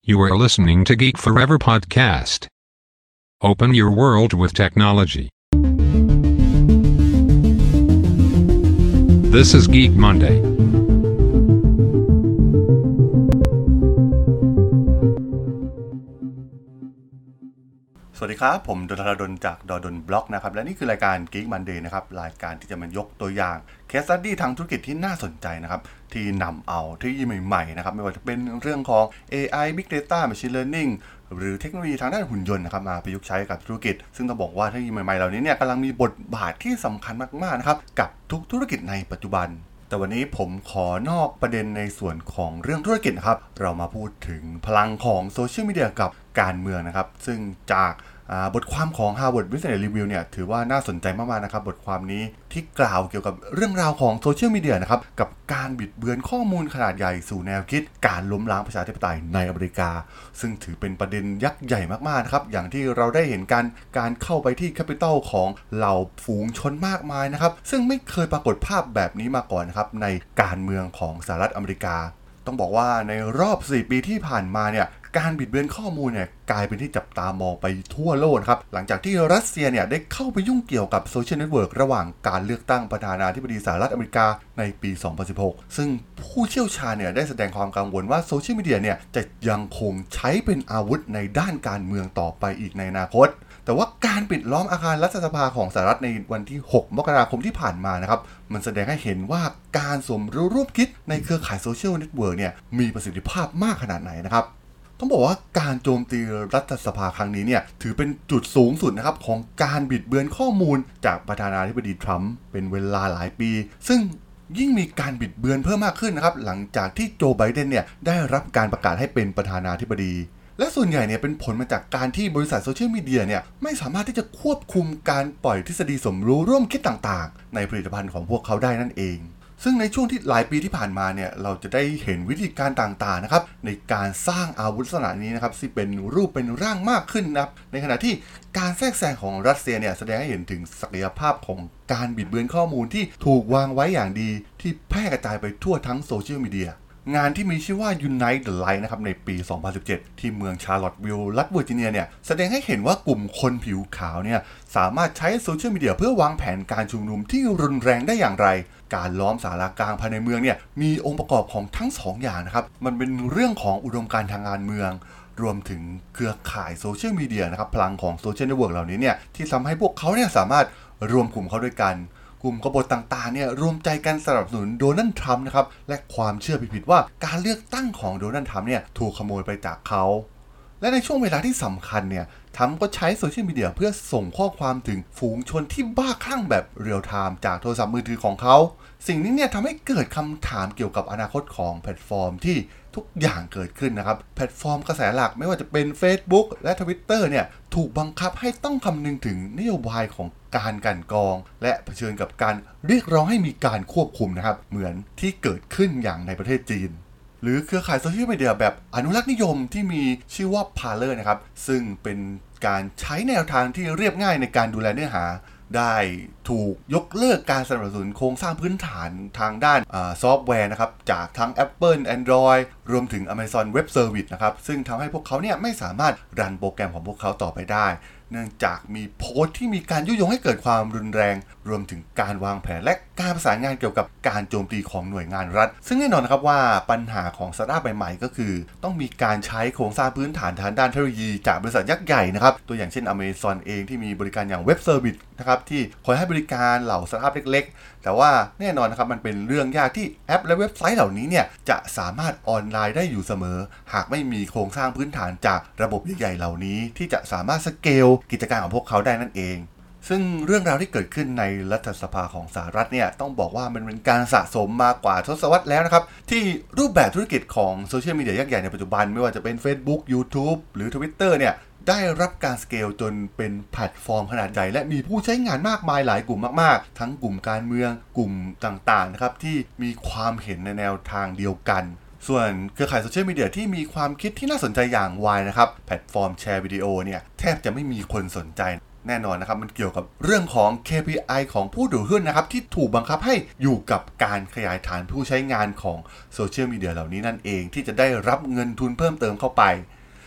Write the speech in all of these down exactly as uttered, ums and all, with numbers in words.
You are listening to Geek Forever podcast. Open your world with technology. This is Geek Monday. สวัสดีครับผมดลธราดลจากดลบล็อกนะครับและนี่คือรายการ Geek Monday นะครับรายการที่จะมายกตัวอย่าง Case Study ทางธุรกิจที่น่าสนใจนะครับที่นำเอาเทคโนโลยีใหม่ๆนะครับไม่ว่าจะเป็นเรื่องของ เอ ไอ Big Data Machine Learning หรือเทคโนโลยีทางด้านหุ่นยนต์นะครับมาประยุกต์ใช้กับธุรกิจซึ่งต้องบอกว่าเทคโนโลยีใหม่ๆเหล่านี้เนี่ยกำลังมีบทบาทที่สำคัญมากๆนะครับกับทุกธุรกิจในปัจจุบันแต่วันนี้ผมขอนอกประเด็นในส่วนของเรื่องธุรกิจนะครับเรามาพูดถึงพลังของโซเชียลมีเดียกับการเมืองนะครับซึ่งจากบทความของ Harvard Business Review เนี่ยถือว่าน่าสนใจมากๆนะครับบทความนี้ที่กล่าวเกี่ยวกับเรื่องราวของโซเชียลมีเดียนะครับกับการบิดเบือนข้อมูลขนาดใหญ่สู่แนวคิดการล้มล้างประชาธิปไตยในอเมริกาซึ่งถือเป็นประเด็นยักษ์ใหญ่มากๆนะครับอย่างที่เราได้เห็นกันการเข้าไปที่ Capitol ของเหล่าฝูงชนมากมายนะครับซึ่งไม่เคยปรากฏภาพแบบนี้มาก่อนนะครับในการเมืองของสหรัฐอเมริกาต้องบอกว่าในรอบสี่ปีที่ผ่านมาเนี่ยการบิดเบือนข้อมูลเนี่ยกลายเป็นที่จับตามองไปทั่วโลกครับหลังจากที่รัสเซียเนี่ยได้เข้าไปยุ่งเกี่ยวกับโซเชียลเน็ตเวิร์กระหว่างการเลือกตั้งประธานาธิบดีสหรัฐอเมริกาในปีสองพันสิบหกซึ่งผู้เชี่ยวชาญเนี่ยได้แสดงความกังวลว่าโซเชียลมีเดียเนี่ยจะยังคงใช้เป็นอาวุธในด้านการเมืองต่อไปอีกในอนาคตแต่ว่าการปิดล้อมอาคารรัฐสภาของสหรัฐในวันที่หกมกราคมที่ผ่านมานะครับมันแสดงให้เห็นว่าการสมรู้ร่วมคิดในเครือข่ายโซเชียลเน็ตเวิร์กเนี่ยมีประสิทธิภาพมากขนาดไหนนะครับต้องบอกว่าการโจมตีรัฐสภาครั้งนี้เนี่ยถือเป็นจุดสูงสุดนะครับของการบิดเบือนข้อมูลจากประธานาธิบดีทรัมป์เป็นเวลาหลายปีซึ่งยิ่งมีการบิดเบือนเพิ่มมากขึ้นนะครับหลังจากที่โจไบเดนเนี่ยได้รับการประกาศให้เป็นประธานาธิบดีและส่วนใหญ่เนี่ยเป็นผลมาจากการที่บริษัทโซเชียลมีเดียเนี่ยไม่สามารถที่จะควบคุมการปล่อยทฤษฎีสมรู้ร่วมคิดต่างๆในผลิตภัณฑ์ของพวกเขาได้นั่นเองซึ่งในช่วงที่หลายปีที่ผ่านมาเนี่ยเราจะได้เห็นวิธีการต่างๆนะครับในการสร้างอาวุธลักษณะนี้นะครับที่เป็นรูปเป็นร่างมากขึ้นนะครับในขณะที่การแทรกแซงของรัสเซียเนี่ยแสดงให้เห็นถึงศักยภาพของการบิดเบือนข้อมูลที่ถูกวางไว้อย่างดีที่แพร่กระจายไปทั่วทั้งโซเชียลมีเดียงานที่มีชื่อว่า Unite the Right นะครับในปีสองพันสิบเจ็ดที่เมืองชาร์ลอตต์วิลล์รัฐเวอร์จิเนียเนี่ยแสดงให้เห็นว่ากลุ่มคนผิวขาวเนี่ยสามารถใช้โซเชียลมีเดียเพื่อวางแผนการชุมนุมที่รุนแรงได้อย่างไรการล้อมศาลากลางภายในเมืองเนี่ยมีองค์ประกอบของทั้งสองอย่างนะครับมันเป็นเรื่องของอุดมการณ์ทางการเมืองรวมถึงเครือข่ายโซเชียลมีเดียนะครับพลังของโซเชียลเน็ตเวิร์กเหล่านี้เนี่ยที่ทำให้พวกเขาเนี่ยสามารถรวมกลุ่มเขาด้วยกันกลุ่มกบฏต่างๆเนี่ยรวมใจกันสนับสนุนโดนัลด์ทรัมป์นะครับและความเชื่อผิดๆว่าการเลือกตั้งของโดนัลด์ทรัมป์เนี่ยถูกขโมยไปจากเขาและในช่วงเวลาที่สำคัญเนี่ยทรัมป์ก็ใช้โซเชียลมีเดียเพื่อส่งข้อความถึงฝูงชนที่บ้าคลั่งแบบเรียลไทม์จากโทรศัพท์มือถือของเขาสิ่งนี้เนี่ยทำให้เกิดคำถามเกี่ยวกับอนาคตของแพลตฟอร์มที่ทุกอย่างเกิดขึ้นนะครับแพลตฟอร์มกระแสหลักไม่ว่าจะเป็น Facebook และ Twitter เนี่ยถูกบังคับให้ต้องคำนึงถึงนโยบายของการกลั่นกรองและเผชิญกับการเรียกร้องให้มีการควบคุมนะครับเหมือนที่เกิดขึ้นอย่างในประเทศจีนหรือเครือข่ายโซเชียลมีเดียแบบอนุรักษ์นิยมที่มีชื่อว่า Parler นะครับซึ่งเป็นการใช้แนวทางที่เรียบง่ายในการดูแลเนื้อหาได้ถูกยกเลิกการสนับสนุนโครงสร้างพื้นฐานทางด้านซอฟต์แวร์นะครับจากทั้ง Apple Android รวมถึง Amazon Web Service นะครับซึ่งทำให้พวกเขาเนี่ยไม่สามารถรันโปรแกรมของพวกเขาต่อไปได้เนื่องจากมีโพสต์ที่มีการยุยงให้เกิดความรุนแรงรวมถึงการวางแผนและการประสานงานเกี่ยวกับการโจมตีของหน่วยงานรัฐซึ่งแน่นอนนะครับว่าปัญหาของสตาร์ทอัพใหม่ๆก็คือต้องมีการใช้โครงสร้างพื้นฐานทางด้านเทคโนโลยีจากบริษัทยักษ์ใหญ่นะครับตัวอย่างเช่น Amazon เองที่มีบริการอย่าง Web Service นะครับที่คอยให้บริการเหล่าสตาร์ทอัพเล็กๆแต่ว่าแน่นอนนะครับมันเป็นเรื่องยากที่แอปและเว็บไซต์เหล่านี้เนี่ยจะสามารถออนไลน์ได้อยู่เสมอหากไม่มีโครงสร้างพื้นฐานจากระบบใหญ่ๆเหล่านี้ที่จะสามารถสเกลกิจการของพวกเขาได้นั่นเองซึ่งเรื่องราวที่เกิดขึ้นในรัฐสภาของสหรัฐเนี่ยต้องบอกว่ามันเป็นการสะสมมากว่าทศวรรษแล้วนะครับที่รูปแบบธุรกิจของโซเชียลมีเดียยักษ์ใหญ่ในปัจจุบันไม่ว่าจะเป็น Facebook YouTube หรือ Twitter เนี่ยได้รับการสเกลจนเป็นแพลตฟอร์มขนาดใหญ่และมีผู้ใช้งานมากมายหลายกลุ่มมากๆทั้งกลุ่มการเมืองกลุ่มต่างๆนะครับที่มีความเห็นในแนวทางเดียวกันส่วนเครือข่ายโซเชียลมีเดียที่มีความคิดที่น่าสนใจอย่าง Y นะครับแพลตฟอร์มแชร์วิดีโอเนี่ยแทบจะไม่มีคนสนใจ แน่นอนนะครับมันเกี่ยวกับเรื่องของ เค พี ไอ ของผู้ถือหุ้นนะครับที่ถูกบังคับให้อยู่กับการขยายฐานผู้ใช้งานของโซเชียลมีเดียเหล่านี้นั่นเองที่จะได้รับเงินทุนเพิ่มเติมเข้าไป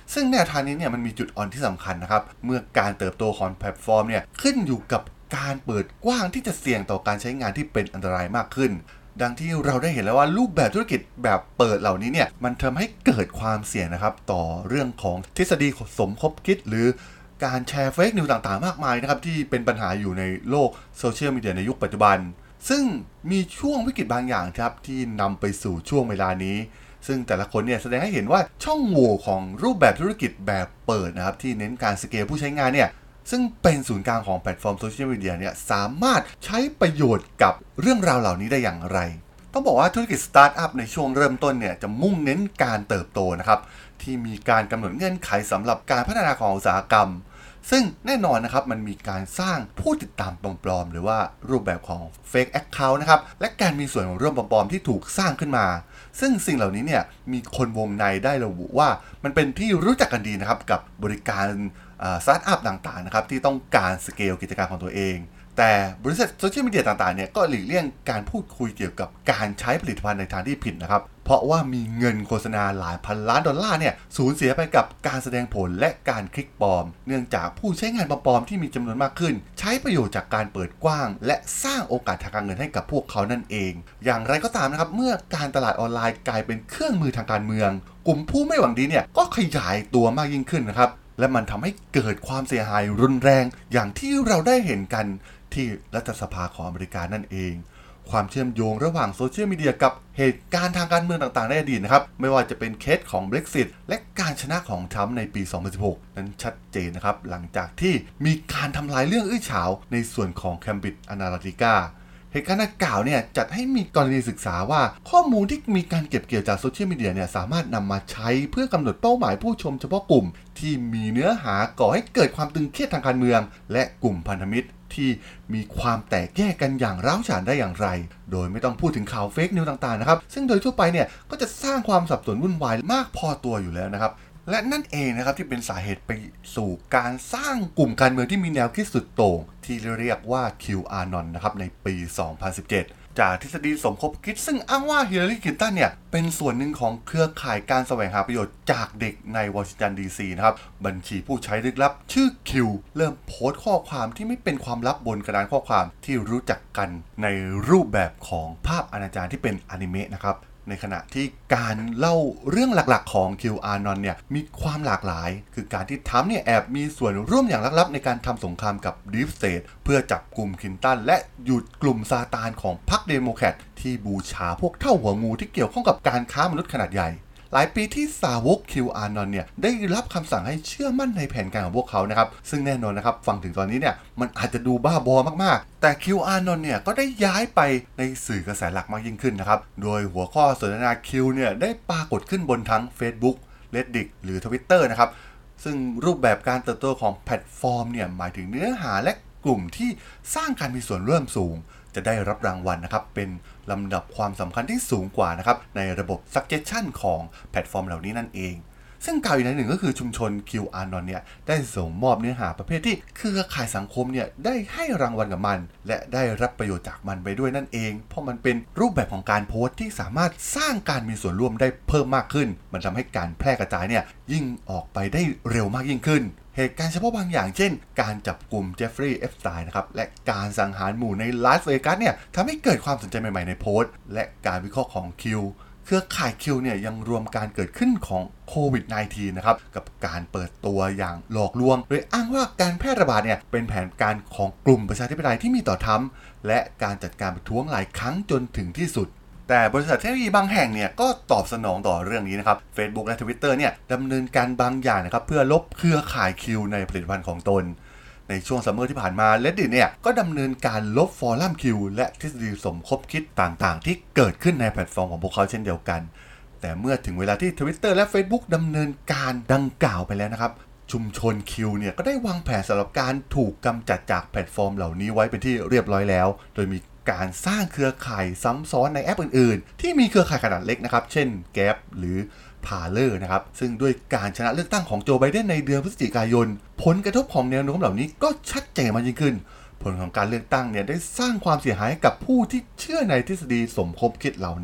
ซึ่งแนวทางนี้เนี่ยมันมีจุดอ่อนที่สำคัญนะครับเมื่อการเติบโตของแพลตฟอร์มเนี่ยขึ้นอยู่กับการเปิดกว้างที่จะเสี่ยงต่อการใช้งานที่เป็นอันตรายมากขึ้นดังที่เราได้เห็นแล้วว่ารูปแบบธุรกิจแบบเปิดเหล่านี้เนี่ยมันทำให้เกิดความเสี่ยงนะครับต่อเรื่องของทฤษฎีสมคบคิดหรือการแชร์เฟกนิวส์ต่างๆมากมายนะครับที่เป็นปัญหาอยู่ในโลกโซเชียลมีเดียในยุคปัจจุบันซึ่งมีช่วงวิกฤตบางอย่างครับที่นำไปสู่ช่วงเวลานี้ซึ่งแต่ละคนเนี่ยแสดงให้เห็นว่าช่องโหว่ของรูปแบบธุรกิจแบบเปิดนะครับที่เน้นการสเกลผู้ใช้งานเนี่ยซึ่งเป็นศูนย์กลางของแพลตฟอร์มโซเชียลมีเดียเนี่ยสามารถใช้ประโยชน์กับเรื่องราวเหล่านี้ได้อย่างไรต้องบอกว่าธุรกิจสตาร์ทอัพในช่วงเริ่มต้นเนี่ยจะมุ่งเน้นการเติบโตนะครับที่มีการกำหนดเงื่อนไขสำหรับการพัฒนาของอุตสาหกรรมซึ่งแน่นอนนะครับมันมีการสร้างผู้ติดตามปลอมๆหรือว่ารูปแบบของ Fake Account นะครับและการมีส่วนของร่วมปลอมๆที่ถูกสร้างขึ้นมาซึ่งสิ่งเหล่านี้เนี่ยมีคนวงในได้ระบุว่ามันเป็นที่รู้จักกันดีนะครับกับบริการสตาร์ทอัพต่างๆนะครับที่ต้องการสเกลกิจการของตัวเองแต่บริษัทโซเชียลมีเดียต่างๆเนี่ยก็หลีกเลี่ยงการพูดคุยเกี่ยวกับการใช้ผลิตภัณฑ์ในทางที่ผิดนะครับเพราะว่ามีเงินโฆษณาหลายพันล้านดอลลาร์เนี่ยสูญเสียไปกับการแสดงผลและการคลิกปลอมเนื่องจากผู้ใช้งานปลอมๆที่มีจำนวนมากขึ้นใช้ประโยชน์จากการเปิดกว้างและสร้างโอกาสทางการเงินให้กับพวกเขานั่นเองอย่างไรก็ตามนะครับเมื่อการตลาดออนไลน์กลายเป็นเครื่องมือทางการเมืองกลุ่มผู้ไม่หวังดีเนี่ยก็ขยายตัวมากยิ่งขึ้นนะครับและมันทำให้เกิดความเสียหายรุนแรงอย่างที่เราได้เห็นกันที่รัฐสภาของอเมริกานั่นเองความเชื่อมโยงระหว่างโซเชียลมีเดียกับเหตุการณ์ทางการเมืองต่างๆในอดีตนะครับไม่ว่าจะเป็นเคสของ Brexit และการชนะของทรัมป์ในปี สองพันสิบหก นั้นชัดเจนนะครับหลังจากที่มีการทำลายเรื่องอื้อฉาวในส่วนของ Cambridge Analytica เหตุการณ์ดังกล่าวเนี่ยจัดให้มีกรณีศึกษาว่าข้อมูลที่มีการเก็บเกี่ยวจากโซเชียลมีเดียเนี่ยสามารถนำมาใช้เพื่อกำหนดเป้าหมายผู้ชมเฉพาะกลุ่มที่มีเนื้อหาก่อให้เกิดความตึงเครียดทางการเมืองและกลุ่มพันธมิตรที่มีความแตกแยกกันอย่างร้าวฉานได้อย่างไรโดยไม่ต้องพูดถึงข่าวเฟกนิวต่างๆนะครับซึ่งโดยทั่วไปเนี่ยก็จะสร้างความสับสนวุ่นวายมากพอตัวอยู่แล้วนะครับและนั่นเองนะครับที่เป็นสาเหตุไปสู่การสร้างกลุ่มการเมืองที่มีแนวคิดสุดโต่งที่เรียกว่า คิว อาร์ เอ็น โอ เอ็น นะครับในปี สองพันสิบเจ็ด จากทฤษฎีสมคบคิดซึ่งอ้างว่าฮิลลารี คลินตันเนี่ยเป็นส่วนหนึ่งของเครือข่ายการแสวงหาประโยชน์จากเด็กในวอชิงตันดีซีนะครับบัญชีผู้ใช้ลึกลับชื่อคิวเริ่มโพสต์ข้อความที่ไม่เป็นความลับบนกระดานข้อความที่รู้จักกันในรูปแบบของภาพอนาจารที่เป็นอนิเมะนะครับในขณะที่การเล่าเรื่องหลักๆของ คิว อาร์ เอ็น โอ เอ็น เนี่ยมีความหลากหลายคือการที่ทรัมป์เนี่ยแอบมีส่วนร่วมอย่างลับๆในการทำสงครามกับ Deep State เพื่อจับกลุ่มคลินตันและหยุดกลุ่มซาตานของพรรคเดโมแครตที่บูชาพวกเท่าหัวงูที่เกี่ยวข้องกับการค้ามนุษย์ขนาดใหญ่หลายปีที่สาวก คิว อาร์ เอ็น โอ เอ็น เนี่ยได้รับคำสั่งให้เชื่อมั่นในแผนการของพวกเขานะครับซึ่งแน่นอนนะครับฟังถึงตอนนี้เนี่ยมันอาจจะดูบ้าบอมากๆแต่ คิว อาร์ เอ็น โอ เอ็น เนี่ยก็ได้ย้ายไปในสื่อกระแสหลักมากยิ่งขึ้นนะครับโดยหัวข้อสนทนา Q เนี่ยได้ปรากฏขึ้นบนทั้ง Facebook Reddit หรือ Twitter นะครับซึ่งรูปแบบการเติบโตของแพลตฟอร์มเนี่ยหมายถึงเนื้อหาและกลุ่มที่สร้างการมีส่วนร่วมสูงจะได้รับรางวัลนะครับเป็นลำดับความสำคัญที่สูงกว่านะครับในระบบ suggestion ของแพลตฟอร์มเหล่านี้นั่นเองซึ่งกล่าวอีกในหนึ่งก็คือชุมชน คิว อาร์ เอ็น โอ เอ็น เนี่ยได้ส่งมอบเนื้อหาประเภทที่เครือข่ายสังคมเนี่ยได้ให้รางวัลกับมันและได้รับประโยชน์จากมันไปด้วยนั่นเองเพราะมันเป็นรูปแบบของการโพสต์ที่สามารถสร้างการมีส่วนร่วมได้เพิ่มมากขึ้นมันทำให้การแพร่กระจายเนี่ยยิ่งออกไปได้เร็วมากยิ่งขึ้นเหตุการณ์เฉพาะบางอย่างเช่นการจับกลุ่มเจฟฟรีย์ เอปสไตน์นะครับและการสังหารหมู่ในลาสเวกัสเนี่ยทำให้เกิดความสนใจใหม่ๆในโพสต์และการวิเคราะห์ของคิวเครือข่ายคิวเนี่ยยังรวมการเกิดขึ้นของโควิด สิบเก้า นะครับกับการเปิดตัวอย่างหลอกลวงโดยอ้างว่าการแพร่ระบาดเนี่ยเป็นแผนการของกลุ่มประชาธิปไตยที่มีต่อทรัมป์และการจัดการประท้วงหลายครั้งจนถึงที่สุดแต่บริษัทเทคโนโลยีบางแห่งเนี่ยก็ตอบสนองต่อเรื่องนี้นะครับ Facebook และ Twitter เนี่ยดำเนินการบางอย่างนะครับเพื่อลบเครือข่ายคิวในผลิตภัณฑ์ของตนในช่วงซัมเมอร์ที่ผ่านมา Reddit เนี่ยก็ดำเนินการลบฟอรัมคิวและทฤษฎีสมคบคิดต่างๆที่เกิดขึ้นในแพลตฟอร์มของพวกเขาเช่นเดียวกันแต่เมื่อถึงเวลาที่ Twitter และ Facebook ดำเนินการดังกล่าวไปแล้วนะครับชุมชนคิวเนี่ยก็ได้วางแผนสำหรับการถูกกำจัดจากแพลตฟอร์มเหล่านี้ไว้เป็นที่เรียบร้อยแล้วโดยมีการสร้างเครือข่ายซ้ำซ้อนในแอปอื่นๆที่มีเครือข่ายขนาดเล็กนะครับเช่น Gap หรือ Parler นะครับซึ่งด้วยการชนะเลือกตั้งของโจไบเดนในเดือนพฤศจิกายนผลกระทบของแนวโน้มเหล่านี้ก็ชัดเจนมากยิ่งขึ้นผลของการเลือกตั้งเนี่ยได้สร้างความเสียหายให้กับผู้ที่เชื่อในทฤษฎีสมคบคิดเหล่านี้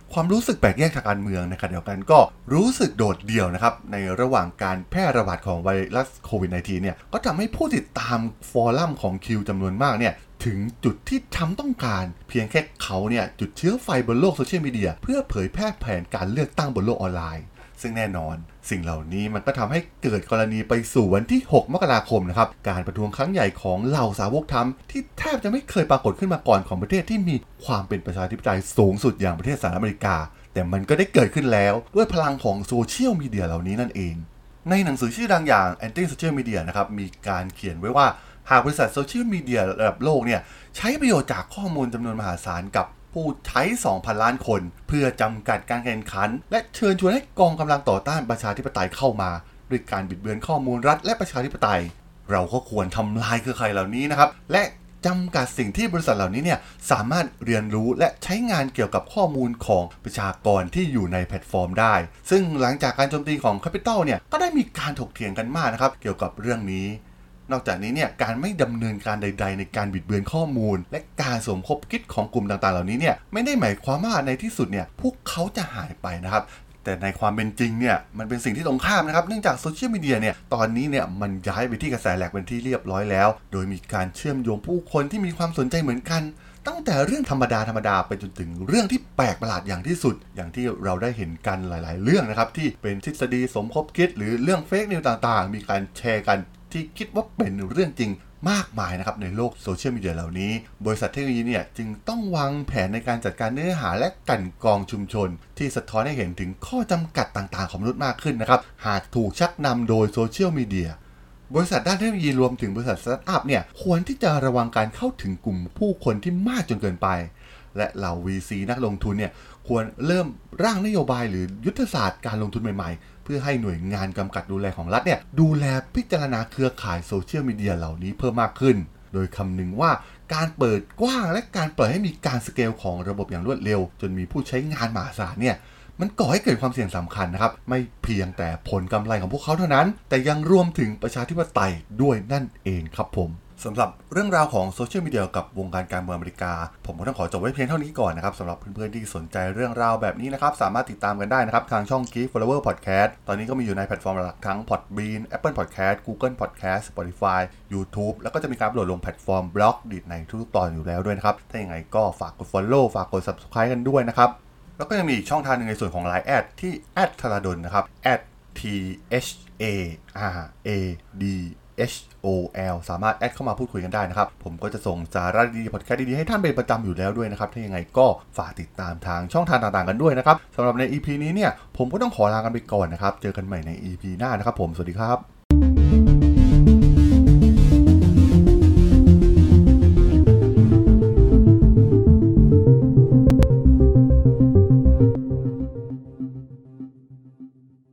ความรู้สึกแปลกแยกทางการเมืองในขณะเดียวกันก็รู้สึกโดดเดี่ยวนะครับในระหว่างการแพร่ระบาดของไวรัสโควิด สิบเก้า เนี่ยก็ทำให้ผู้ติดตามฟอรัมของคิวจำนวนมากเนี่ยถึงจุดที่ทำต้องการเพียงแค่เขาเนี่ยจุดเชื้อไฟบนโลกโซเชียลมีเดียเพื่อเผยแพร่แผนการเลือกตั้งบนโลกออนไลน์ซึ่งแน่นอนสิ่งเหล่านี้มันก็ทำให้เกิดกรณีไปสู่วันที่หกมกราคมนะครับการประท้วงครั้งใหญ่ของเหล่าสาวกธรรมที่แทบจะไม่เคยปรากฏขึ้นมาก่อนของประเทศที่มีความเป็นประชาธิปไตยสูงสุดอย่างประเทศสหรัฐอเมริกาแต่มันก็ได้เกิดขึ้นแล้วด้วยพลังของโซเชียลมีเดียเหล่านี้นั่นเองในหนังสือชื่อดังอย่าง Anti Social Media นะครับมีการเขียนไว้ว่าหากบริษัทโซเชียลมีเดียระดับโลกเนี่ยใช้ประโยชน์จากข้อมูลจำนวนมหาศาลกับผู้ใช้ สองพัน ล้านคนเพื่อจำกัดการแข่งขันและเชิญชวนให้กองกำลังต่อต้านประชาธิปไตยเข้ามาด้วยการบิดเบือนข้อมูลรัฐและประชาธิปไตยเราก็ควรทำลายเครือข่ายเหล่านี้นะครับและจำกัดสิ่งที่บริษัทเหล่านี้เนี่ยสามารถเรียนรู้และใช้งานเกี่ยวกับข้อมูลของประชากรที่อยู่ในแพลตฟอร์มได้ซึ่งหลังจากการโจมตีของ Capital เนี่ยก็ได้มีการถกเถียงกันมากนะครับเกี่ยวกับเรื่องนี้นอกจากนี้เนี่ยการไม่ดำเนินการใดๆในการบิดเบือนข้อมูลและการสวมคบคิดของกลุ่มต่างๆเหล่านี้เนี่ยไม่ได้หมายความว่าในที่สุดเนี่ยพวกเขาจะหายไปนะครับแต่ในความเป็นจริงเนี่ยมันเป็นสิ่งที่ตรงข้ามนะครับเนื่องจากโซเชียลมีเดียเนี่ยตอนนี้เนี่ยมันย้ายไปที่กระแสแหลกเป็นที่เรียบร้อยแล้วโดยมีการเชื่อมโยงผู้คนที่มีความสนใจเหมือนกันตั้งแต่เรื่องธรรมดาธรรมดาไปจนถึงเรื่องที่แปลกประหลาดอย่างที่สุดอย่างที่เราได้เห็นกันหลายๆเรื่องนะครับที่เป็นทฤษฎีสมคบคิดหรือเรื่องเฟกนิวต่างๆมีการแชร์กันที่คิดว่าเป็นเรื่องจริงมากมายนะครับในโลกโซเชียลมีเดียเหล่านี้บริษัทเทคโนโลยีเนี่ยจึงต้องวางแผนในการจัดการเนื้อหาและกลั่นกรองชุมชนที่สะท้อนให้เห็นถึงข้อจำกัดต่างๆของมนุษย์มากขึ้นนะครับหากถูกชักนำโดยโซเชียลมีเดียบริษัทด้านเทคโนโลยีรวมถึงบริษัทสตาร์ทอัพเนี่ยควรที่จะระวังการเข้าถึงกลุ่มผู้คนที่มากจนเกินไปและเหล่า วี ซี นักลงทุนเนี่ยควรเริ่มร่างนโยบายหรือยุทธศาสตร์การลงทุนใหม่ๆเพื่อให้หน่วยงานกำกับดูแลของรัฐเนี่ยดูแลพิจารณาเครือข่ายโซเชียลมีเดียเหล่านี้เพิ่มมากขึ้นโดยคำนึงว่าการเปิดกว้างและการปล่อยให้มีการสเกลของระบบอย่างรวดเร็วจนมีผู้ใช้งานมหาศาลเนี่ยมันก่อให้เกิดความเสี่ยงสำคัญนะครับไม่เพียงแต่ผลกำไรของพวกเขาเท่านั้นแต่ยังรวมถึงประชาธิปไตยด้วยนั่นเองครับผมสำหรับเรื่องราวของโซเชียลมีเดียกับวงการการเมืองอเมริกาผมก็ต้องขอจบไว้เพียงเท่านี้ก่อนนะครับสำหรับเพื่อนๆที่สนใจเรื่องราวแบบนี้นะครับสามารถติดตามกันได้นะครับทางช่อง Geek Flower Podcast ตอนนี้ก็มีอยู่ในแพลตฟอร์มหลักทั้ง Podbean Apple Podcast Google Podcast Spotify YouTube แล้วก็จะมีการโหลดลงแพลตฟอร์มบล็อกดิในทุกๆตอนอยู่แล้วด้วยนะครับถ้าอย่างไรก็ฝากกด Follow ฝากกด Subscribe กันด้วยนะครับแล้วก็ยังมีอีกช่องทางนึงในส่วนของ ไลน์ แอดที่ แอท ธราดลนะครับ แอท ที เอช เอ อาร์ เอ ดี เอช โอ แอล สามารถแอดเข้ามาพูดคุยกันได้นะครับผมก็จะส่งสาระดีๆพอดแคสต์ดีๆให้ท่านเป็นประจำอยู่แล้วด้วยนะครับถ้ายังไงก็ฝากติดตามทางช่องทางต่างๆกันด้วยนะครับสำหรับใน อี พี นี้เนี่ยผมก็ต้องขอลากันไปก่อนนะครับเจอกันใหม่ใน อี พี หน้านะครับผมสวัสดีครับ